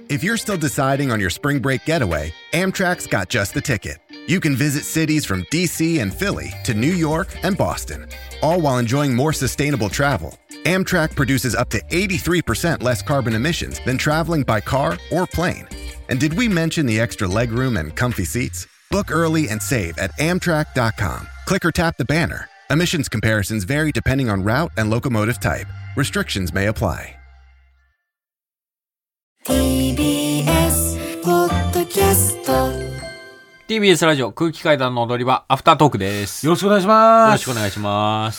If you're still deciding on your spring break getaway, Amtrak's got just the ticket. You can visit cities from DC and Philly to New York and Boston, all while enjoying more sustainable travel. Amtrak produces up to 83% less carbon emissions than traveling by car or plane. And did we mention the extra legroom and comfy seats? Book early and save at Amtrak.com. Click or tap the banner. Emissions comparisons vary depending on route and locomotive type. Restrictions may apply. TBS ポッドキャスト TBS ラジオ空気階段の踊り場アフタートークです。 よろしくお願いします。 よろしくお願いします。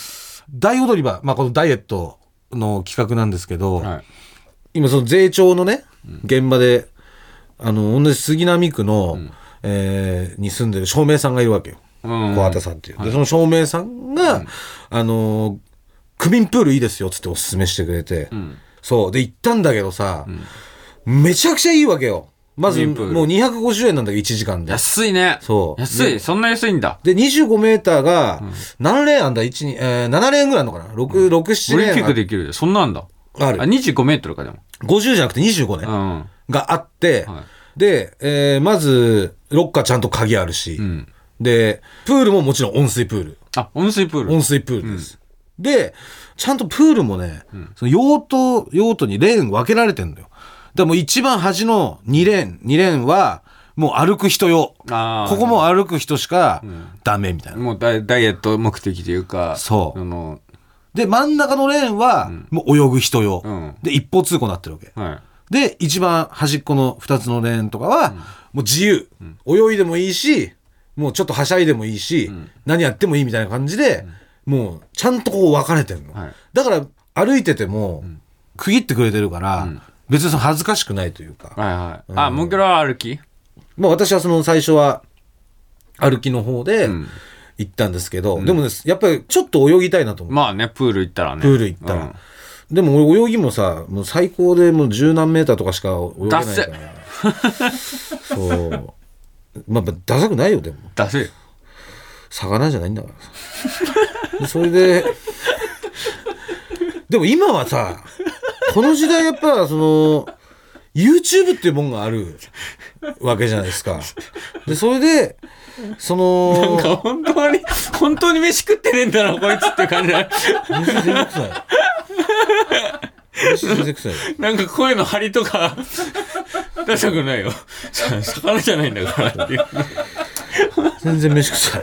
大踊り場、このダイエットの企画なんですけど、 はい、 今その税調のね、現場で同じ杉並区の、に住んでる照明さんがいるわけよ、小畑さんっていう、でその照明さんが、区民プールいいですよっつっておすすめしてくれて、そうで行ったんだけどさ、めちゃくちゃいいわけよ。まずもう250円なんだけど1時間で。 安いね。 そう安い。そんな安いんだ。 で25メーターが何レーンあんだ、7レーンぐらいあるのかな、6、7レーン。 オリンピックできる。そんなんだ。 ある。 25メートルかでも。 50じゃなくて25ね、があって、で、まずロッカーちゃんと鍵あるし、でプールももちろん温水プール。 あ、温水プール。 温水プールです。でちゃんとプールもね、その用途にレーン分けられてんだよ。だからもう一番端の2レーンはもう歩く人用。ここも歩く人しかダメみたいな。 もうダイエット目的というか。 そう。で真ん中のレーンはもう泳ぐ人用。で一方通行になってるわけ。で一番端っこの2つのレーンとかはもう自由。泳いでもいいし、もうちょっとはしゃいでもいいし、何やってもいいみたいな感じで、もうちゃんとこう分かれてるの。だから歩いてても区切ってくれてるから、別に恥ずかしくないというか。 あ、もぐらは歩き？ 私はその最初は歩きの方で行ったんですけど、でもね、やっぱりちょっと泳ぎたいなと思う。 まあね、プール行ったらね。 プール行ったら。でも俺泳ぎもさ、もう最高でもう十何メーターとかしか泳げないから。そう。ダサくないよ、でも。 ダセよ。 魚じゃないんだからさ。それで、でも今はさ、この時代やっぱその YouTube っていうもんがあるわけじゃないですか。でそれでそのなんか本当に飯食ってねえんだなこいつって感じだ。 飯全然臭い。飯全然臭い。 なんか声の張りとか出したくないよ。魚じゃないんだからっていう。 全然飯臭い。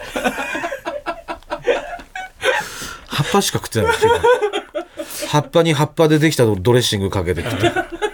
葉っぱしか食ってない。葉っぱに葉っぱでできたドレッシングかけてきて、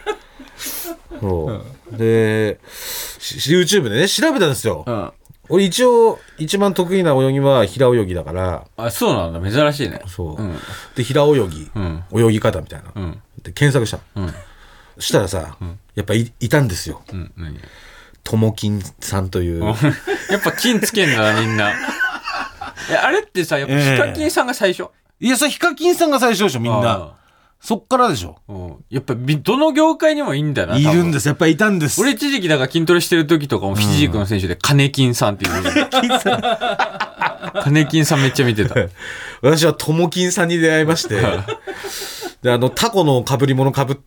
そうで YouTube でね調べたんですよ、俺一応一番得意な泳ぎは平泳ぎだから。 あ、そうなんだ、珍しいね。 そう、で平泳ぎ、泳ぎ方みたいな、で検索した、したらさ、やっぱ いたんですよ、ともきんさんという。 やっぱ金つけんだみんな。あれってさ、やっぱヒカキンさんが最初。 いや、それヒカキンさんが最初でしょ、みんな。そっからでしょ。 やっぱどの業界にもいいんだな。 いるんです、やっぱいたんです。 俺一時期だから筋トレしてる時とかもフィジークの選手で金金さんっていう。金金さんめっちゃ見てた。 私はともきんさんに出会いまして、でタコの被り物被って、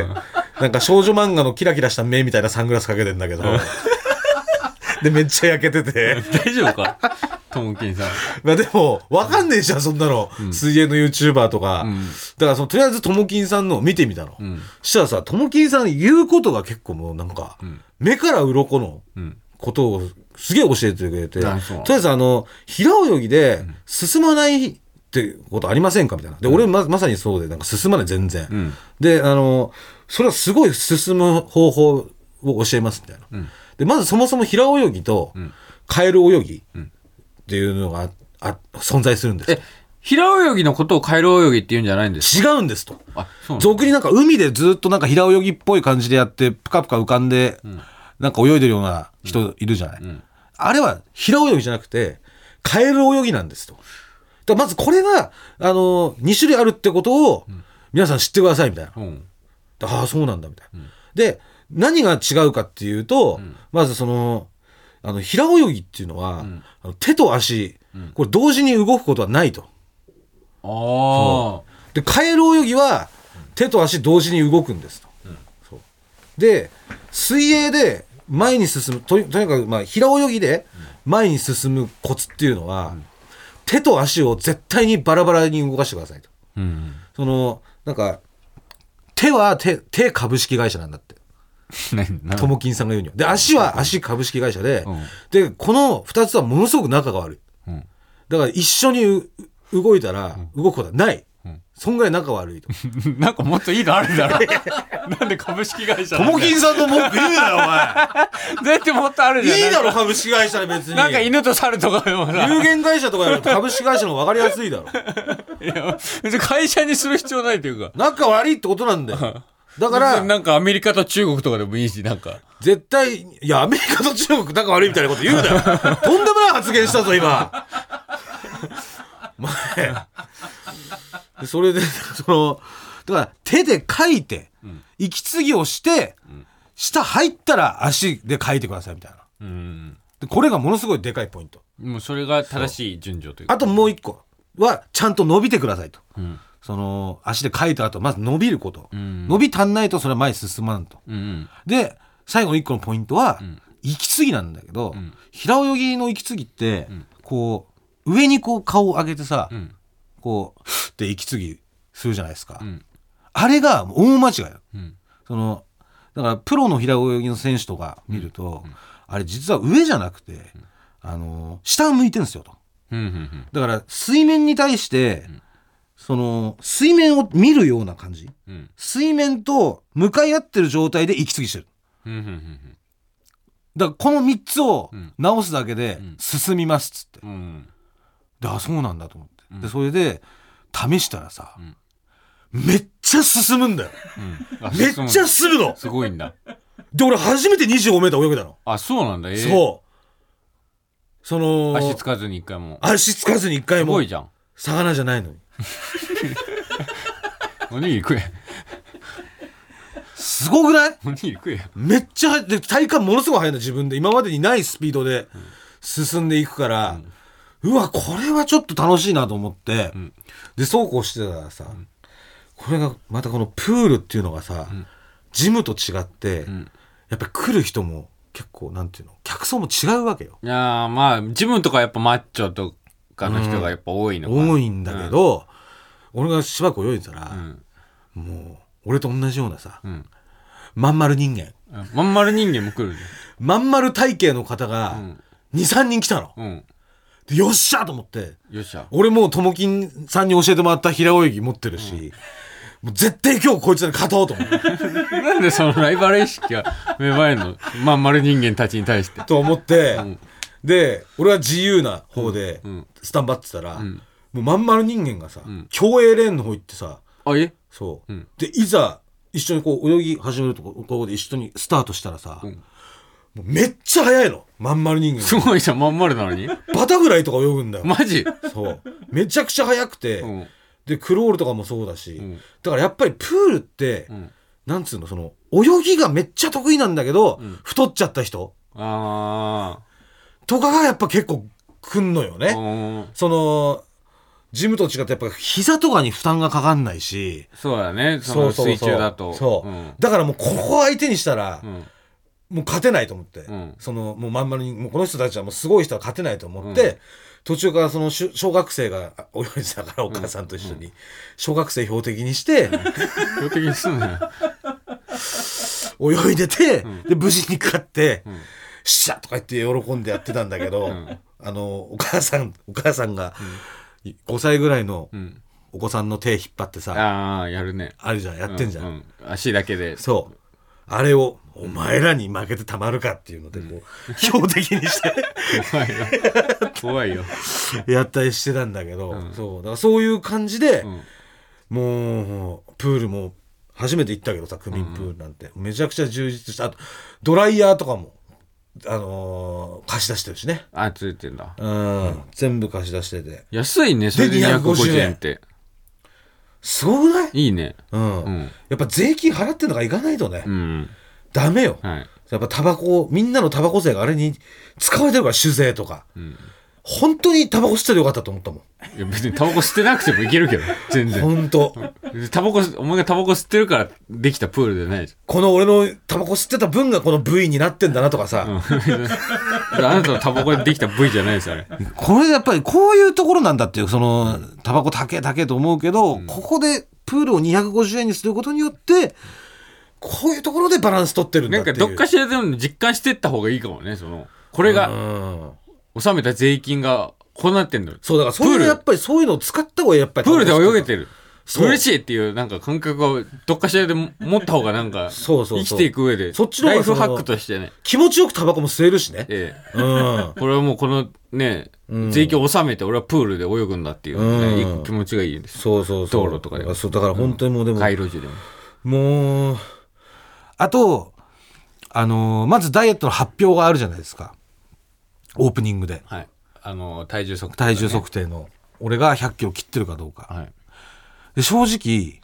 なんか少女漫画のキラキラした目みたいなサングラスかけてんだけど、でめっちゃ焼けてて。 大丈夫か？ともきんさん。 でも分かんねえじゃん、そんなの、水泳の YouTuber とか、だからとりあえずともきんさんの見てみたの、したらさ、ともきんさん言うことが結構もうなんか、目から鱗のことをすげえ教えてくれて、とりあえず平泳ぎで進まないってことありませんかみたいな。で俺 まさにそうで、なんか進まない全然、でそれはすごい進む方法を教えますみたいな、でまずそもそも平泳ぎとカエル泳ぎっていうのが存在するんです。 平泳ぎのことをカエル泳ぎって言うんじゃないんですか？違うんですと。俗になんか海でずっとなんか平泳ぎっぽい感じでやってプカプカ浮かんで、なんか泳いでるような人いるじゃない、あれは平泳ぎじゃなくてカエル泳ぎなんですと。だまずこれが2種類あるってことを皆さん知ってくださいみたいな、ああそうなんだみたいな、で何が違うかっていうと、まずその平泳ぎっていうのは、手と足、これ同時に動くことはないと。でカエル泳ぎは手と足同時に動くんですと、そうで水泳で前に進むとにかくまあ平泳ぎで前に進むコツっていうのは、手と足を絶対にバラバラに動かしてくださいと、そのなんか手は手株式会社なんだってともきんさんが言うには。で足は足株式会社で、でこの2つはものすごく仲が悪い、だから一緒に動いたら動くことはない、そんぐらい仲悪いとなんかもっといいのあるだろなんで株式会社ともきんさんの文句言うなよお前絶対もっとあるじゃん。 いいだろ株式会社で別になんか犬と猿とかよ有限会社とかやると株式会社の方が分かりやすいだろいや別に会社にする必要ないというか、 仲悪いってことなんだよだからなんかアメリカと中国とかでもいいし、なんか絶対いやアメリカと中国仲悪いみたいなこと言うなよとんでもない発言したぞ今前それでそのだから手で書いて、息継ぎをして、下入ったら足で書いてくださいみたいな、でこれがものすごいでかいポイント。 もうそれが正しい順序というか。 あともう一個はちゃんと伸びてくださいと、その足で書いた後まず伸びること、伸び足んないとそれは前に進まんと、で最後の一個のポイントは、息継ぎなんだけど、平泳ぎの息継ぎって、こう上にこう顔を上げてさ、こうって息継ぎするじゃないですか、あれが大間違いだ、そのだからプロの平泳ぎの選手とか見ると、あれ実は上じゃなくて、下を向いてるんですよと、だから水面に対して、その水面を見るような感じ、水面と向かい合ってる状態で息継ぎしてる、だからこの3つを直すだけで進みますっつって、でそうなんだと思って、でそれで試したらさ、めっちゃ進むんだよ、めっちゃ進むのすごいんだ。 で俺初めて25メーター泳げたの。 あ、そうなんだ。 そうその足つかずに一回もすごいじゃん。 魚じゃないのにおにぎり食え。 すごくない？ おにぎり食えよ。 めっちゃで体感ものすごい速いんだ自分で今までにないスピードで進んでいくから、うわこれはちょっと楽しいなと思って、でそうこうしてたらさ、これがまたこのプールっていうのがさ、ジムと違って、やっぱり来る人も結構なんていうの客層も違うわけよ。 いやまあジムとかやっぱマッチョとかの人がやっぱ多いのか、 多いんだけど、俺がしばらく泳いでたら、もう俺と同じようなさ、まん丸人間も来るね。 まん丸体型の方が 2,3 人来たの、でよっしゃと思って、 よっしゃ俺もうともきんさんに教えてもらった平泳ぎ持ってるし、もう絶対今日こいつらに勝とうと思ってなんでそのライバル意識が芽生えるのまん丸人間たちに対してと思って、で俺は自由な方でスタンバってたら、もうまん丸人間がさ、競泳レーンの方行ってさ、そう、でいざ一緒にこう泳ぎ始めるところで一緒にスタートしたらさ、もうめっちゃ速いのまん丸人間すごいじゃん。まん丸なのにバタフライとか泳ぐんだよマジ。 そうめちゃくちゃ速くて、でクロールとかもそうだし、だからやっぱりプールって、なんつうのその泳ぎがめっちゃ得意なんだけど、太っちゃった人とかがやっぱ結構来んのよね。そのジムと違ってやっぱ膝とかに負担がかかんないし。 そうだね。その水中だとそう、だからもうここを相手にしたら、もう勝てないと思って、そのもうまん丸にもうこの人たちはもうすごい人は勝てないと思って、途中からその小学生が泳いでたからお母さんと一緒に、小学生標的にして標的にすんなよ泳いでて、で無事に勝って、しゃっとか言って喜んでやってたんだけど、お母さんが、5歳ぐらいのお子さんの手引っ張ってさ、 やるね。 あるじゃん、やってんじゃん、 足だけで。 そうあれをお前らに負けてたまるかっていうのでもう標的にして怖いよやったりしてたんだけど、そうだからそういう感じで、もうプールも初めて行ったけどさ、区民プールなんてめちゃくちゃ充実した。あとドライヤーとかも貸し出してるしね。 ついてんだ。 全部貸し出してて安いね。それで250円ってすごくない？ いいね。 やっぱ税金払ってんのから行かないとね、ダメよ。やっぱタバコ、みんなのタバコ税があれに使われてるから、酒税とか、本当にタバコ吸っててよかったと思ったもん。 いや別にタバコ吸ってなくてもいけるけど全然。 ほんとお前がタバコ吸ってるからできたプールじゃないじこの俺のタバコ吸ってた分がこの部位になってんだなとかさ、 ゃん、あなたのタバコでできた部位じゃないですあれ。 これやっぱりこういうところなんだっていう、そのタバコ高えと思うけど、ここでプールを250円にすることによってこういうところでバランス取ってるんだっていう。 なんかどっかしらでも実感してった方がいいかもね。これが納めた税金がこうなってんのよ。 そうだからそういうやっぱりそういうのを使った方がやっぱりプールで泳げてる。 そう嬉しいっていうなんか感覚をどっかしらで持った方がなんかそう生きていく上でそっちの方がライフハックとしてね、 気持ちよくタバコも吸えるしね、 これはもうこのね、税金を納めて俺はプールで泳ぐんだっていう、ね気持ちがいいです。 そう道路とかでもそうだから本当にもうでも、 街路樹でももうあとまずダイエットの発表があるじゃないですか、オープニングで、 はい、体重測定、 体重測定の俺が100キロ切ってるかどうか、 はい、 で正直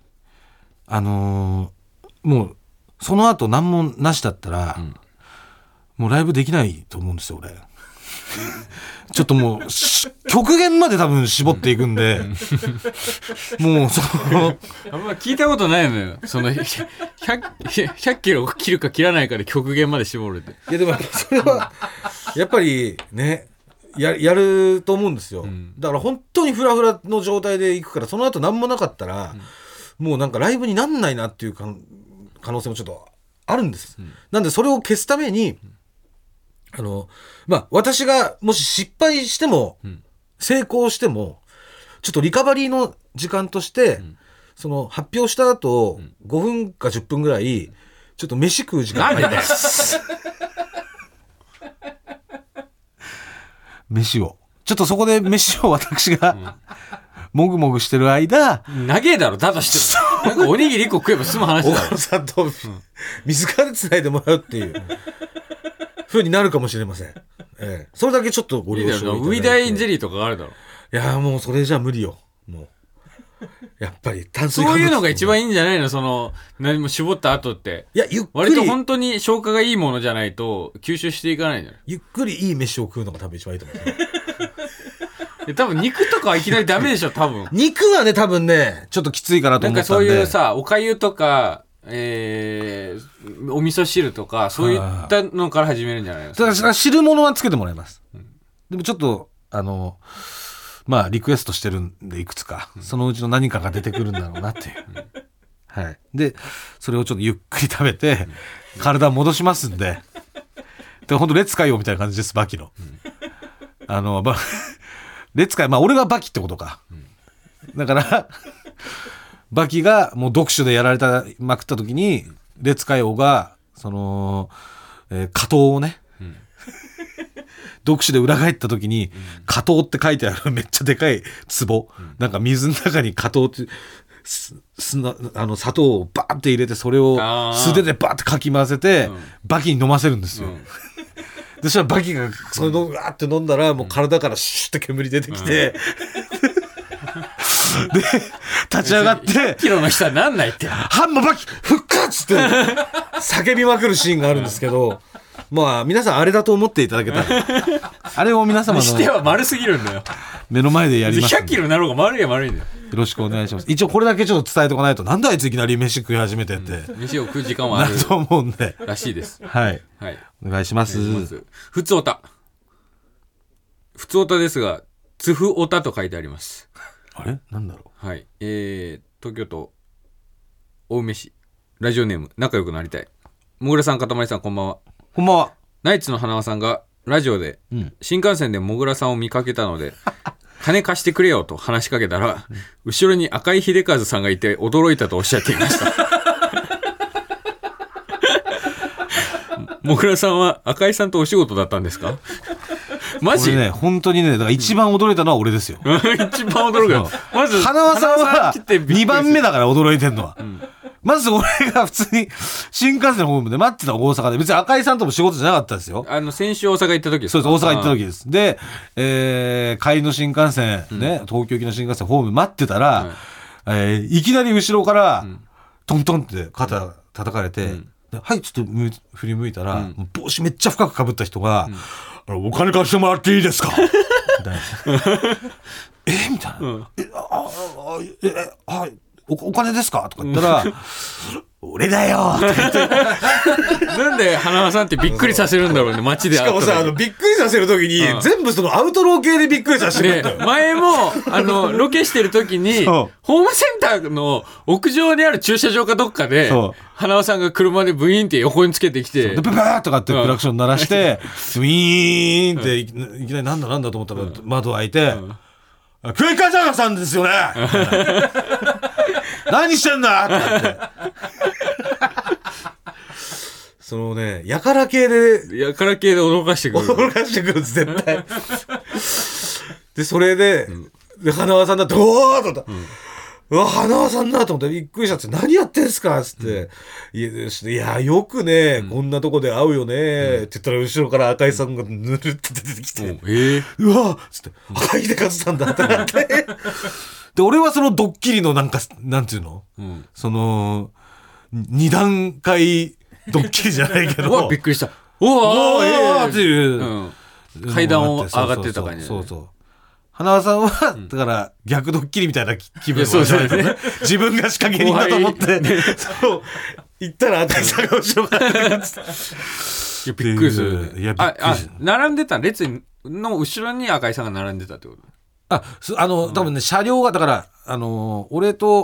もうその後何もなしだったら、もうライブできないと思うんですよ俺ちょっともう極限まで多分絞っていくんで、もうあんま聞いたことないのよ、その 100キロ切るか切らないかで極限まで絞るって。 いやでもそれはやっぱりねやると思うんですよ、だから本当にフラフラの状態でいくから、その後何もなかったら、もうなんかライブになんないなっていう可能性もちょっとあるんです、なんでそれを消すために私がもし失敗しても、成功してもちょっとリカバリーの時間として、その発表した後、5分か10分ぐらいちょっと飯食う時間があります飯をちょっとそこで飯を私が、もぐもぐしてる間、 長えだろだとしてもなんかおにぎり1個食えば済む話だろ。 岡野さんと水からでつないでもらうっていう風になるかもしれません、それだけちょっとご了承いただいて。 ウイダインゼリーとかがあるだろ。 いやもうそれじゃ無理よ、もうやっぱり炭水化物、 そういうのが一番いいんじゃないの、何も絞った後って。 いやゆっくり割と本当に消化がいいものじゃないと吸収していかないんじゃない。 ゆっくりいい飯を食うのが多分一番いいと思う多分肉とかはいきなりダメでしょ多分。 肉はね多分ねちょっときついかなと思ったんで、 なんかそういうさお粥とか、お味噌汁とかそういったのから始めるんじゃないの。 だから汁物はつけてもらいます、でもちょっとリクエストしてるんでいくつか、そのうちの何かが出てくるんだろうなっていう、はい、でそれをちょっとゆっくり食べて、体戻しますんで、ほんとレッツ海王みたいな感じです。バキの、レッツ海、俺がバキってことか、だからバキがもう読書でやられたまくった時に、レッツ海王がその、加藤をね、読書で裏返った時に、加藤って書いてあるめっちゃでかい壺、なんか水の中に加藤って砂糖をバーって入れて、それを素手でバーってかき混ぜて、バキに飲ませるんですよ、でそしたらバキがそれをガーって飲んだら、もう体からシュッて煙出てきて、で立ち上がって 100キロの人はなんないってハンマーバキ復活って叫びまくるシーンがあるんですけど、皆さんあれだと思っていただけたら、あれを皆様のしては丸すぎるんだよ。 目の前でやりますんで、 100キロになろうが丸いや丸いんだよ。 よろしくお願いします。一応これだけちょっと伝えておかないと、なんであいついきなり飯食い始めてって、 飯を食う時間はあるなると思うんで、 らしいです。 はい、お願いします。 ふつおたですが、つふおたと書いてあります。 あれなんだろう。はい、東京都青梅市、ラジオネーム仲良くなりたい。もぐらさん、かたまりさん、こんばんは。 こんばんは。 ナイツの花輪さんがラジオで、新幹線でもぐらさんを見かけたので金貸してくれよと話しかけたら、後ろに赤井秀和さんがいて驚いたとおっしゃっていましたもぐらさんは赤井さんとお仕事だったんですか？マジ？ これね、本当にね、だから一番驚いたのは俺ですよ一番驚くよ。まず花輪さんは2番目だから驚いてんのは、まず俺が普通に新幹線のホームで待ってた大阪で、別に赤井さんとも仕事じゃなかったですよ。 先週大阪行った時ですか？ そうです、大阪行った時です。で、帰りの新幹線、ね、東京行きの新幹線ホーム待ってたら、いきなり後ろから、トントンって肩叩かれて、はい、ちょっと振り向いたら、帽子めっちゃ深くかぶった人が、 お金貸してもらっていいですかみたいなみたいなお金ですかとか言ったら俺だよとか言ってなんで花輪さんってびっくりさせるんだろうね、街で会った時。 しかもさびっくりさせる時に、全部そのアウトロー系でびっくりさせてるんだよ、 前もロケしてる時にホームセンターの屋上にある駐車場かどっかで花輪さんが車でブイーンって横につけてきてでブバーとかってクラクション鳴らして、ウィーンっていきなりなんだと思ったら窓開いて、クイカジャーさんですよね何してんだって言ってそのねやから系で驚かしてくるんです絶対でそれで、で花輪さんだっておーと思った、うわ花輪さんだと思ってびっくりしちゃって何やってんすかっつって、いやよくね、こんなとこで会うよねって言ったら後ろから赤井さんがぬるって出てきて、うわっつって赤井秀和さんだってなってで俺はそのドッキリのなんていうの、その2段階ドッキリじゃないけどびっくりしたおーっていう、 階段を上がってた感じ。 そう花輪さんはだから逆ドッキリみたいな気分そうですね。 自分が仕掛け人だと思ってそう行ったら赤井さんが後ろからびっくりする。並んでた列の後ろに赤井さんが並んでたってこと？ 多分ね車両がだから俺の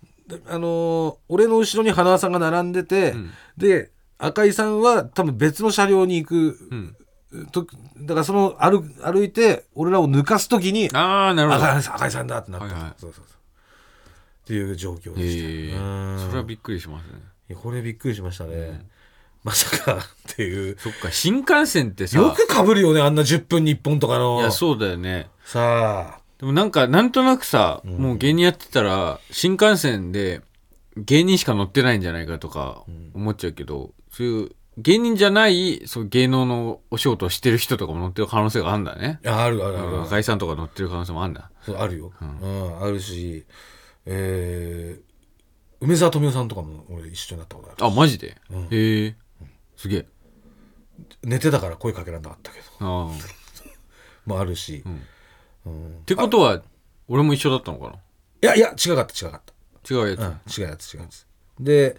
後ろに花輪さんが並んでて、で赤井さんは多分別の車両に行く、だからその歩いて俺らを抜かすときになるほど赤井さんだってなった、そうっていう状況でした。 それはびっくりしますね。 これびっくりしましたね、まさかっていう。 そっか新幹線ってさよく被るよねあんな10分に1本とかの。 いやそうだよね。 さあでもなんとなくさ、もう芸人やってたら新幹線で芸人しか乗ってないんじゃないかとか思っちゃうけど、そういう芸人じゃないそう芸能のお仕事をしてる人とかも乗ってる可能性があるんだね。 ある赤井さんとか乗ってる可能性もあるんだ。 そうあるよ、あるし、梅沢富美男さんとかも俺一緒になったことある。 マジで、へえ、すげえ。 寝てたから声かけられなかったけどもあるし、 ってことは俺も一緒だったのかな。 いや違かった違うやつ、 違うやつで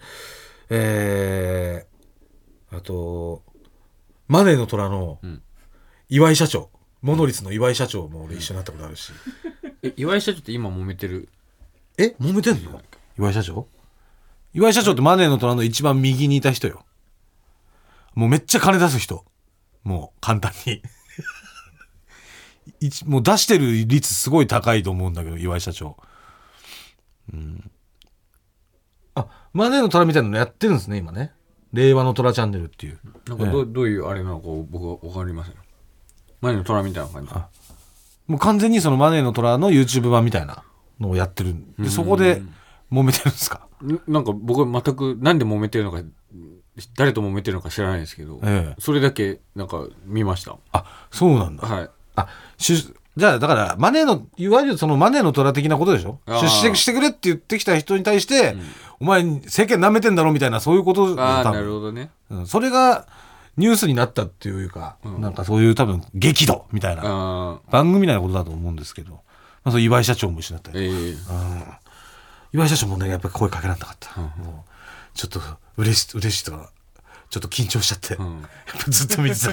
あとマネーの虎の岩井社長、モノリスの岩井社長も俺一緒になったことあるし、 岩井社長って今揉めてる？ 揉めてんの？岩井社長ってマネーの虎の一番右にいた人よ。もうめっちゃ金出す人、もう簡単にもう出してる率すごい高いと思うんだけど岩井社長、マネーの虎みたいなのやってるんですね今ね。令和の虎チャンネルっていうなんかどういうあれなのか僕は分かりません。マネーの虎みたいな感じ。 もう完全にそのマネーの虎の YouTube 版みたいなのをやってるで、そこで揉めてるんですか？ なんか僕は全くなんで揉めてるのか誰と揉めてるのか知らないんですけど、それだけなんか見ました。 そうなんだ。 はい。 じゃあだからマネーのいわゆるそのマネーの虎的なことでしょ。出資してくれって言ってきた人に対して、お前世間舐めてんだろみたいなそういうことなるほどね、 それがニュースになったっていうか、なんかそういう多分激怒みたいな番組みたいなことだと思うんですけど、そう岩井社長も一緒だったり、岩井社長もねやっぱり声かけられなかった、もうちょっと嬉しいとかちょっと緊張しちゃって、やっぱずっと見てた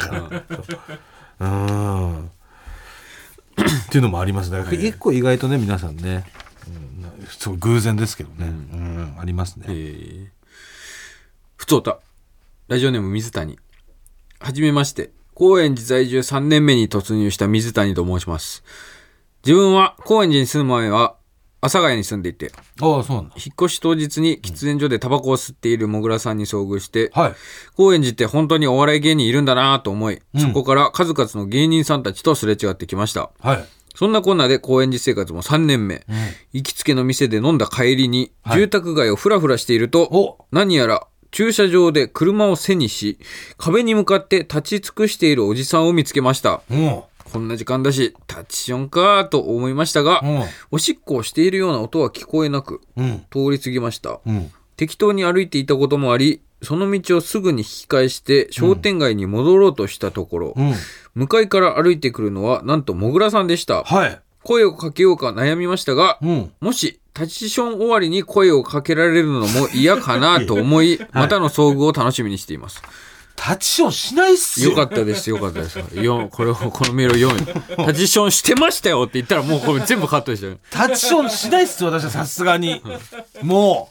からっていうのもありますね。結構意外とね皆さんね、そう偶然ですけどね、ありますね。 ふつおたラジオネーム水谷。はじめまして、高円寺在住3年目に突入した水谷と申します。自分は高円寺に住む前は阿佐ヶ谷に住んでいて、 そうなんだ。 引っ越し当日に喫煙所でタバコを吸っているもぐらさんに遭遇して、高円寺って本当にお笑い芸人いるんだなと思い、そこから数々の芸人さんたちとすれ違ってきました。そんなこんなで高円寺生活も3年目、行きつけの店で飲んだ帰りに、住宅街をフラフラしていると、何やら駐車場で車を背にし壁に向かって立ち尽くしているおじさんを見つけました。こんな時間だしタッチションかと思いましたが、おしっこをしているような音は聞こえなく、通り過ぎました。適当に歩いていたこともあり、 その道をすぐに引き返して商店街に戻ろうとしたところ、向かいから歩いてくるのはなんともぐらさんでした。声をかけようか悩みましたが、もしタチション終わりに声をかけられるのも嫌かなと思いまたの遭遇を楽しみにしています。 タチションしないっすよ。 よかったです。このメールを読む。タチションしてましたよって言ったらもうこれ全部カットでしたよ。 タチションしないっすよ、私はさすがに。も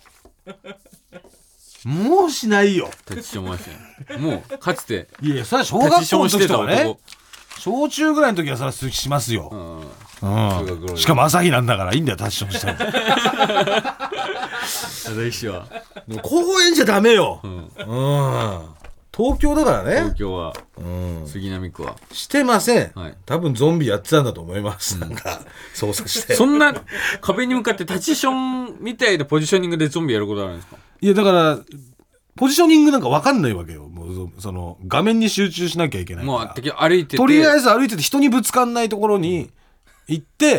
うしないよ。 タチションはしてない。もうかつて。 いや、それは小学校の時とかね。小中ぐらいの時はそれはしますよ。しかも朝日なんだからいいんだよ、タチションしても。公園じゃダメよ。東京だからね。 東京は、杉並区はしてません、多分ゾンビやってたんだと思います、なんか操作してそんな壁に向かってタチションみたいなポジショニングでゾンビやることあるんですか？ いやだからポジショニングなんか分かんないわけよ。もうその画面に集中しなきゃいけないから、 もう歩いててとりあえず歩いてて人にぶつかんないところに行って、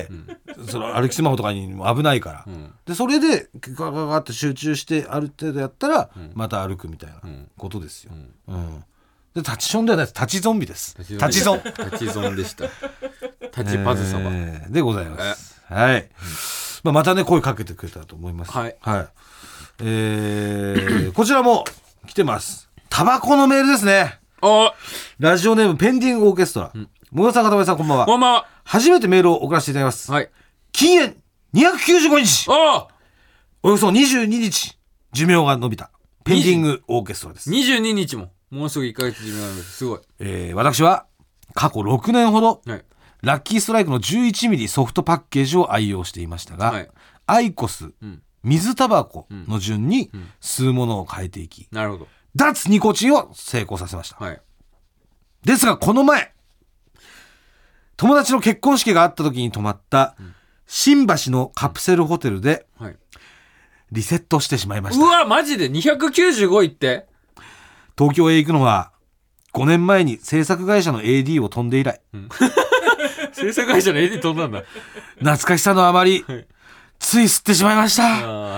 その歩きスマホとかにも危ないから、でそれでガガガって集中してある程度やったら、また歩くみたいなことですよ。でタチションではないです。タチゾンビです。タチゾンでした。タチパズサバ、 でございます。はい、またね声かけてくれたと思います。こちらも来てます。タバコのメールですね。ラジオネームペンディングオーケストラ。もぐらさん、かたまりさん、こんばんは。 こんばんは。 初めてメールを送らせていただきます。禁煙295日。およそ22日寿命が伸びたペンディングオーケストラです。 22日ももうすぐ1ヶ月寿命が伸びてすごい。 私は過去6年ほど、ラッキーストライクの11ミリソフトパッケージを愛用していましたが、アイコス、水タバコの順に吸うものを変えていき、 なるほど、 脱ニコチンを成功させました。ですがこの前友達の結婚式があった時に泊まった新橋のカプセルホテルでリセットしてしまいました。 うわマジで295位って。 東京へ行くのは5年前に制作会社の AD を飛んで以来、 制作会社の AD 飛んだんだ。 懐かしさのあまり、つい吸ってしまいました。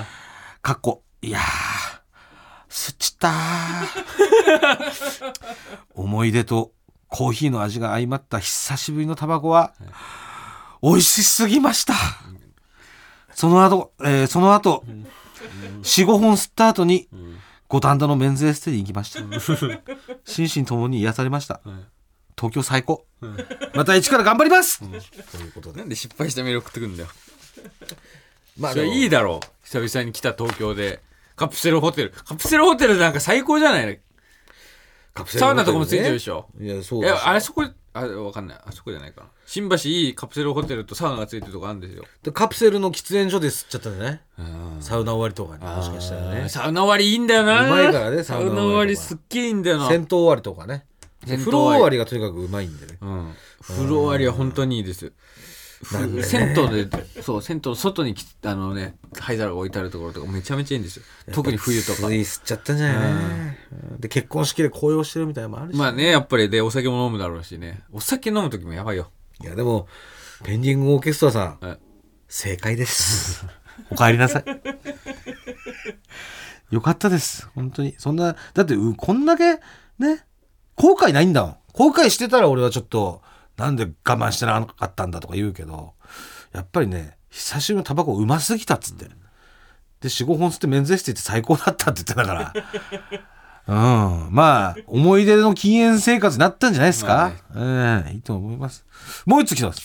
いやー吸っちった思い出とコーヒーの味が相まった久しぶりのタバコは美味しすぎました。その後、4、5本吸った後に五反田のメンズエステに行きました。心身ともに癒されました。東京最高。また一から頑張ります。ということで。 なんで失敗したメール送ってくるんだよ。それいいだろう。久々に来た東京でカプセルホテルなんか最高じゃない。サウナとかもついてるでしょ。いやそうだ。あれそこわかんない。あそこじゃないかな。新橋いいカプセルホテルとサウナがついてるとこあるんですよ。 でカプセルの喫煙所で吸っちゃったんだね。サウナ終わりとかにもしかしたらね。 サウナ終わりいいんだよな。 うまいからね。 サウナ終わりすっげえいいんだよな。 銭湯終わりとかね。風呂終わりがとにかくうまいんでね。 風呂終わりは本当にいいです。銭湯で銭湯の外に灰皿が置いてあるところとかめちゃめちゃいいんですよ。特に冬とか。 吸っちゃったんじゃないね。で結婚式で高揚してるみたいなのもあるし、 まあねやっぱりでお酒も飲むだろうしね。お酒飲む時もやばいよ。 いやでもペンディングオーケストラさん、正解ですお帰りなさいよかったです本当に。そんなだってこんだけね後悔ないんだもん。後悔してたら俺はちょっとなんで我慢してなかったんだとか言うけど、やっぱりね久しぶりのタバコうますぎたっつって、で 4,5 本吸ってメンズエステって最高だったって言ってたからまあ思い出の禁煙生活になったんじゃないですか。いいと思います。もう一つ来てます。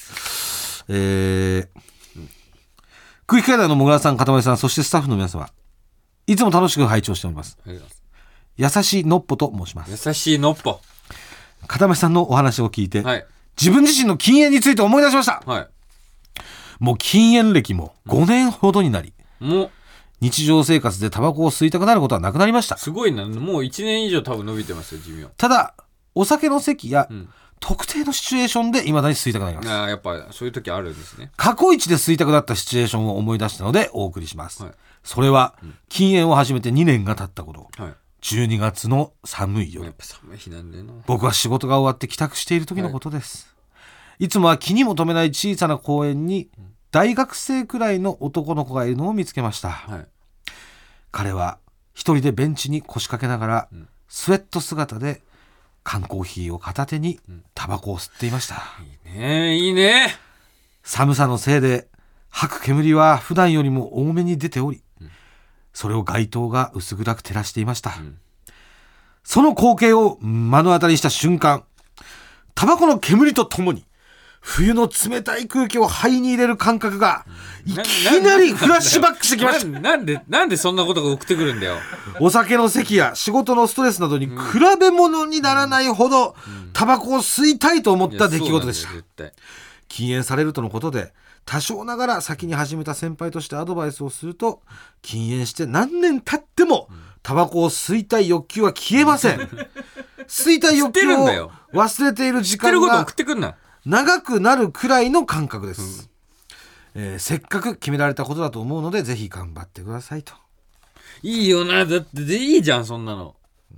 空気階段のもぐらさん、かたまりさん、そしてスタッフの皆様、いつも楽しく拝聴しております。優しいのっぽと申します。 優しいのっぽ。 かたまりさんのお話を聞いて、自分自身の禁煙について思い出しました。もう禁煙歴も5年ほどになり、日常生活でタバコを吸いたくなることはなくなりました。 すごいな。もう1年以上多分伸びてますよ寿命。 ただお酒の席や、特定のシチュエーションで未だに吸いたくなります。 やっぱそういう時あるんですね。 過去一で吸いたくなったシチュエーションを思い出したのでお送りします。それは、禁煙を始めて2年が経った頃、12月の寒い夜、 やっぱ寒い日なんだよな。 僕は仕事が終わって帰宅している時のことです。いつもは気にも留めない小さな公園に、大学生くらいの男の子がいるのを見つけました。彼は一人でベンチに腰掛けながら、スウェット姿で缶コーヒーを片手にタバコを吸っていました。 いいねいいね。 寒さのせいで吐く煙は普段よりも多めに出ており、それを街灯が薄暗く照らしていました。その光景を目の当たりにした瞬間、タバコの煙とともに冬の冷たい空気を肺に入れる感覚がいきなりフラッシュバックしてきました。 なんでそんなことが送ってくるんだよ。 お酒の席や仕事のストレスなどに比べ物にならないほどタバコを吸いたいと思った出来事でした。禁煙されるとのことで、多少ながら先に始めた先輩としてアドバイスをすると、禁煙して何年経ってもタバコを吸いたい欲求は消えません。吸いたい欲求を忘れている時間が長くなるくらいの感覚です。せっかく決められたことだと思うので、ぜひ頑張ってくださいと。 いいよな、だっていいじゃんそんなの。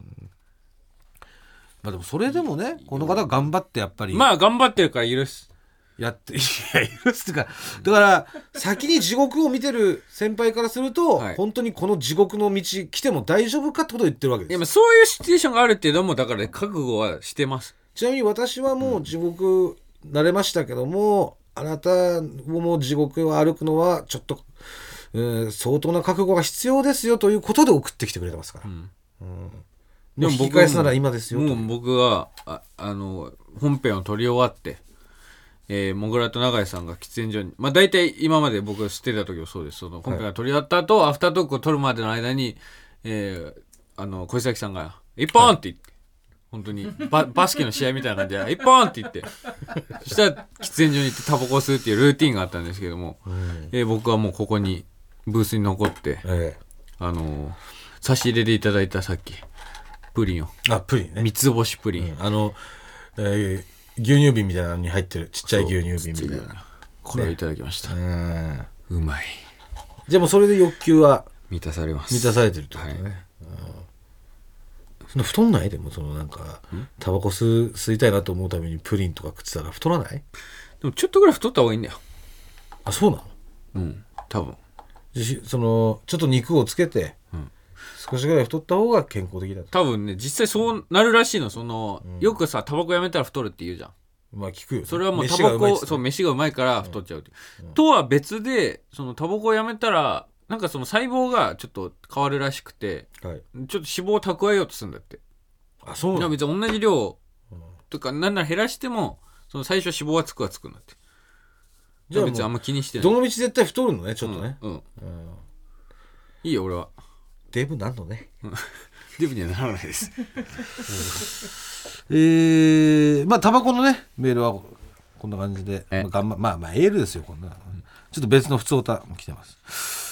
まあでもそれでもね、この方頑張ってやっぱりまあ頑張ってるから許す。 やって許すってか、だから先に地獄を見てる先輩からすると、本当にこの地獄の道来ても大丈夫かってことを言ってるわけです。 いや、そういうシチュエーションがあるっていうのもだから覚悟はしてます。 ちなみに私はもう地獄慣れましたけども、あなたも地獄を歩くのはちょっと、相当な覚悟が必要ですよということで送ってきてくれてますから、でも引き返すなら今ですよ。 もう僕は本編を撮り終わって、もぐらと永井さんが喫煙所に、まあ大体今まで僕が知ってた時もそうです。その本編が撮り終わった後、アフタートークを撮るまでの間に、小崎さんが一本って言って、本当にバスケの試合みたいな感じで一本って言ってそしたら喫煙所に行ってタバコを吸うっていうルーティンがあったんですけども、僕はもうここにブースに残って、差し入れでいただいたさっきプリンを、 プリンね、 三つ星プリン、 牛乳瓶みたいなのに入ってるちっちゃい牛乳瓶みたいな、 これをいただきました。うまい。 じゃあもうそれで欲求は満たされます。 満たされてるってことね。そんな太んない？でもそのなんかタバコ吸いたいなと思うためにプリンとか食ってたら太らない？でもちょっとぐらい太った方がいいんだよ。 あ、そうなの？ 多分そのちょっと肉をつけて、少しぐらい太った方が健康的だと。 多分ね、実際そうなるらしいの。その、よくさタバコやめたら太るって言うじゃん。 まあ聞くよ、ね、 それはもうタバコ、そう飯がうまいから太っちゃうって、とは別で、そのタバコをやめたらなんかその細胞がちょっと変わるらしくて、ちょっと脂肪を蓄えようとするんだって。 あ、そうなの？ 別に同じ量とかなんなら減らしても、その最初脂肪はつくんだって。じゃあ別にあんま気にしてない。 どの道絶対太るのね、ちょっとね。 いいよ俺は。 デブなんのね。 デブにはならないです。 まあタバコのねメールはこんな感じで、まあエールですよ。こんなちょっと別の普通歌も来てます。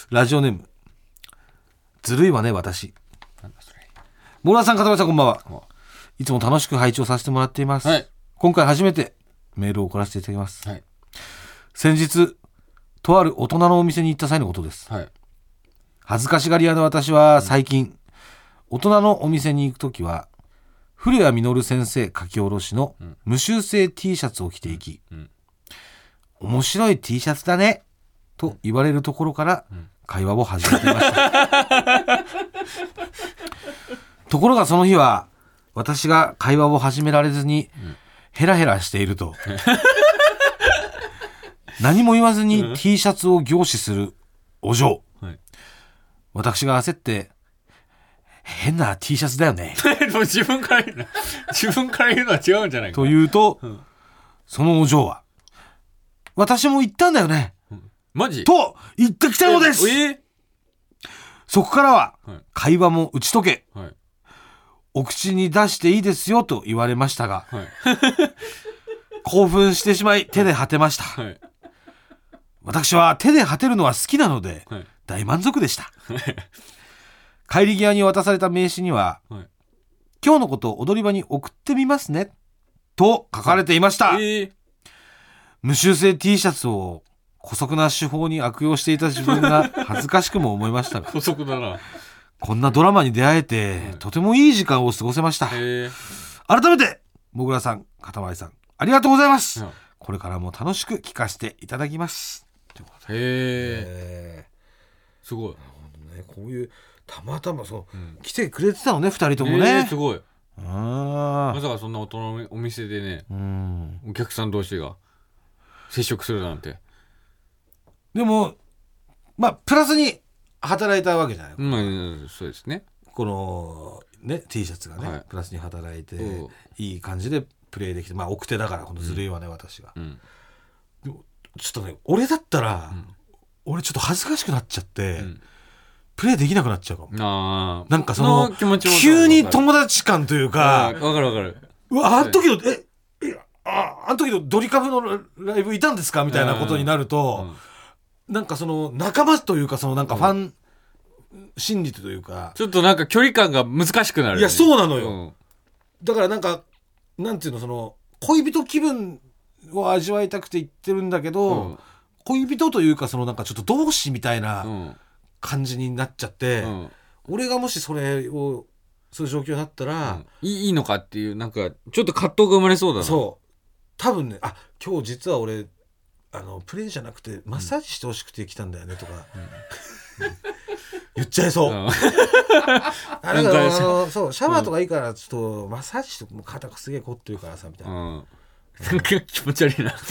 ラジオネームずるいわね私。なんだそれ。モーラーさん、片林さん、こんばんは。いつも楽しく拝聴させてもらっています。今回初めてメールを送らせていただきます。先日とある大人のお店に行った際のことです。恥ずかしがり屋の私は最近、大人のお店に行くときは古谷実先生書き下ろしの無修正 T シャツを着ていき、面白い T シャツだねと言われるところから会話を始めていました。ところがその日は私が会話を始められずにヘラヘラしていると、何も言わずに T シャツを凝視するお嬢。私が焦って変な T シャツだよね自分から言うのは違うんじゃないかと言うと、そのお嬢は私も言ったんだよね、 マジと言ってきたのです。そこからは会話も打ち解け、お口に出していいですよと言われましたが、興奮してしまい手で果てました。私は手で果てるのは好きなので、大満足でした。帰り際に渡された名刺には、今日のことを踊り場に送ってみますねと書かれていました。無修正 T シャツを姑息な手法に悪用していた自分が恥ずかしくも思いましたが、 姑息だな。 こんなドラマに出会えて、とてもいい時間を過ごせました。改めてもぐらさん、片林さん、ありがとうございます。これからも楽しく聞かせていただきます。 へえ、すごい。 こういうたまたまそう、来てくれてたのね2人ともね、 すごい。 あまさかそんな大人のお店でね、お客さん同士が接触するなんて。 でもまあプラスに働いたわけじゃない、 そうですね。 このね T シャツがね、 はいプラスに働いていい感じでプレイできて、まあ奥手だからこのずるいわね、私が、でもちょっとね俺だったら、俺ちょっと恥ずかしくなっちゃって、プレイできなくなっちゃうかも。なんかその急に友達感というか、 わかるわかる。 うわあの時のあの時のドリカフのライブいたんですかみたいなことになると、なんかその仲間というかそのなんかファン心理というか、 ちょっとなんか距離感が難しくなる、ね。 いやそうなのよ、だからなんかなんていうの、その恋人気分を味わいたくて言ってるんだけど、恋人というかそのなんかちょっと同志みたいな感じになっちゃって、俺がもしそういう状況になったら、 いいのかっていうなんかちょっと葛藤が生まれそうだな。 そう多分ね、今日実は俺プレイじゃなくてマッサージしてほしくて来たんだよねとか、言っちゃいそう、そうシャワーとかいいからちょっとマッサージして、肩がすげえ凝ってるからさみたいな、 なんか気持ち悪いな。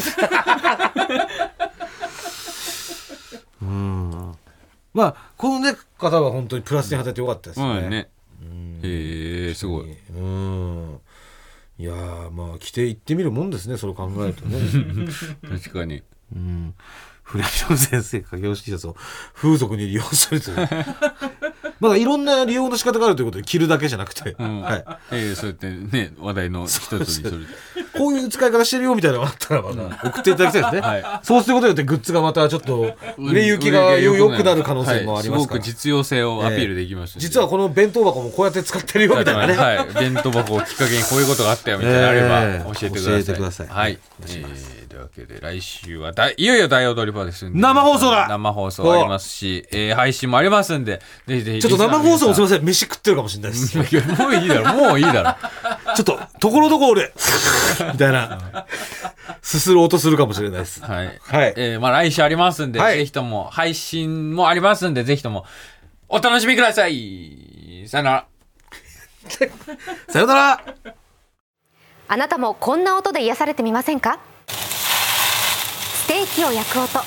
まあこのね方は本当にプラスに働いてよかったですね。 すごい。 いやまあ着て行ってみるもんですね、それを考えるとね。 確かに。 フレミノ先生が洋式シャツを風俗に利用されてる。まだいろんな利用の仕方があるということで、着るだけじゃなくて、 そうやってね話題の一つにそれこういう使い方してるよみたいなのがあったらまた送っていただきたいですね。そうすることによってグッズがまたちょっと売れ行きが良くなる可能性もありますから、 すごく実用性をアピールできました。 実はこの弁当箱もこうやって使ってるよみたいなね。 弁当箱をきっかけにこういうことがあったよみたいなのあれば教えてください。はい。というわけで来週はいよいよ大踊り場ですんで、 生放送だ。 生放送ありますし、配信もありますんで、ぜひぜひ。 ちょっと生放送もすみません、飯食ってるかもしれないです。 もういいだろ、もういいだろ。 ちょっとところどころ俺みたいなすする音するかもしれないです。 はい。まあ来週ありますんで、ぜひとも配信もありますんで、ぜひともお楽しみください。さよなら。 さよなら。 あなたもこんな音で癒されてみませんか？ステーキを焼く音、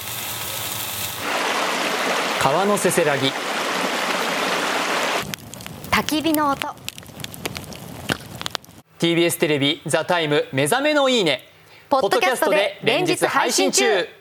川のせせらぎ、 焚き火の音、 TBS テレビ「THＥTIME 目覚めのいいね」ポッドキャストで連日配信中。